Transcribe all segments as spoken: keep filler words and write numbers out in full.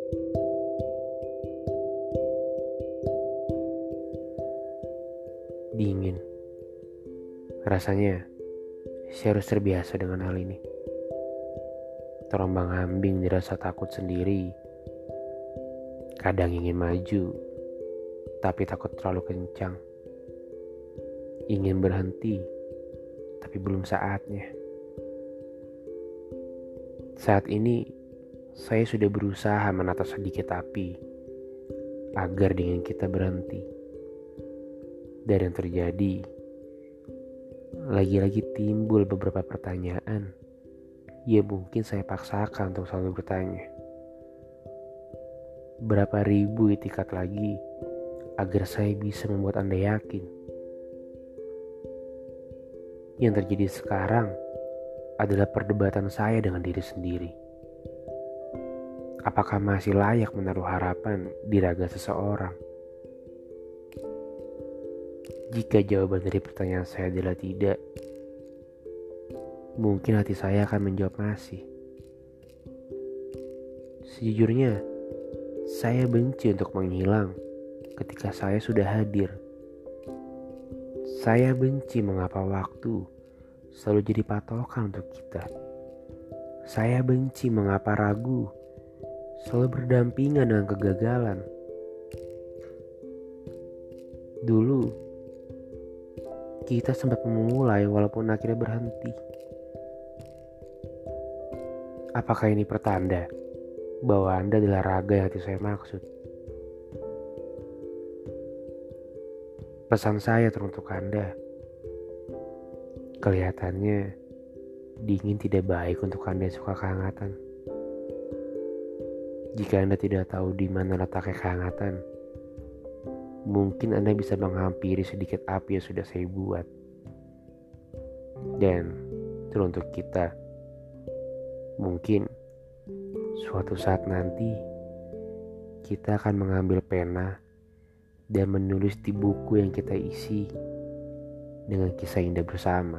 Dingin. Rasanya saya harus terbiasa dengan hal ini. Terombang-ambing dirasa takut sendiri. Kadang ingin maju, tapi takut terlalu kencang. Ingin berhenti, tapi belum saatnya. Saat ini, saya sudah berusaha menata sedikit api agar dingin kita berhenti. Dan yang terjadi, lagi-lagi timbul beberapa pertanyaan. Ya mungkin saya paksakan untuk selalu bertanya. Berapa ribu itikat lagi agar saya bisa membuat Anda yakin? Yang terjadi sekarang adalah perdebatan saya dengan diri sendiri. Apakah masih layak menaruh harapan di raga seseorang? Jika jawaban dari pertanyaan saya adalah tidak, mungkin hati saya akan menjawab masih. Sejujurnya, saya benci untuk menghilang ketika saya sudah hadir. Saya benci mengapa waktu selalu jadi patokan untuk kita. Saya benci mengapa ragu selalu berdampingan dengan kegagalan. Dulu, kita sempat memulai walaupun akhirnya berhenti. Apakah ini pertanda bahwa Anda adalah raga yang hati saya maksud? Pesan saya teruntuk Anda. Kelihatannya dingin tidak baik untuk Anda yang suka kehangatan. Jika Anda tidak tahu di mana letaknya kehangatan, mungkin Anda bisa menghampiri sedikit api yang sudah saya buat. Dan teruntuk kita, mungkin suatu saat nanti kita akan mengambil pena dan menulis di buku yang kita isi dengan kisah indah bersama.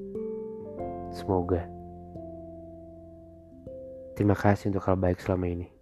Semoga. Terima kasih untuk hal baik selama ini.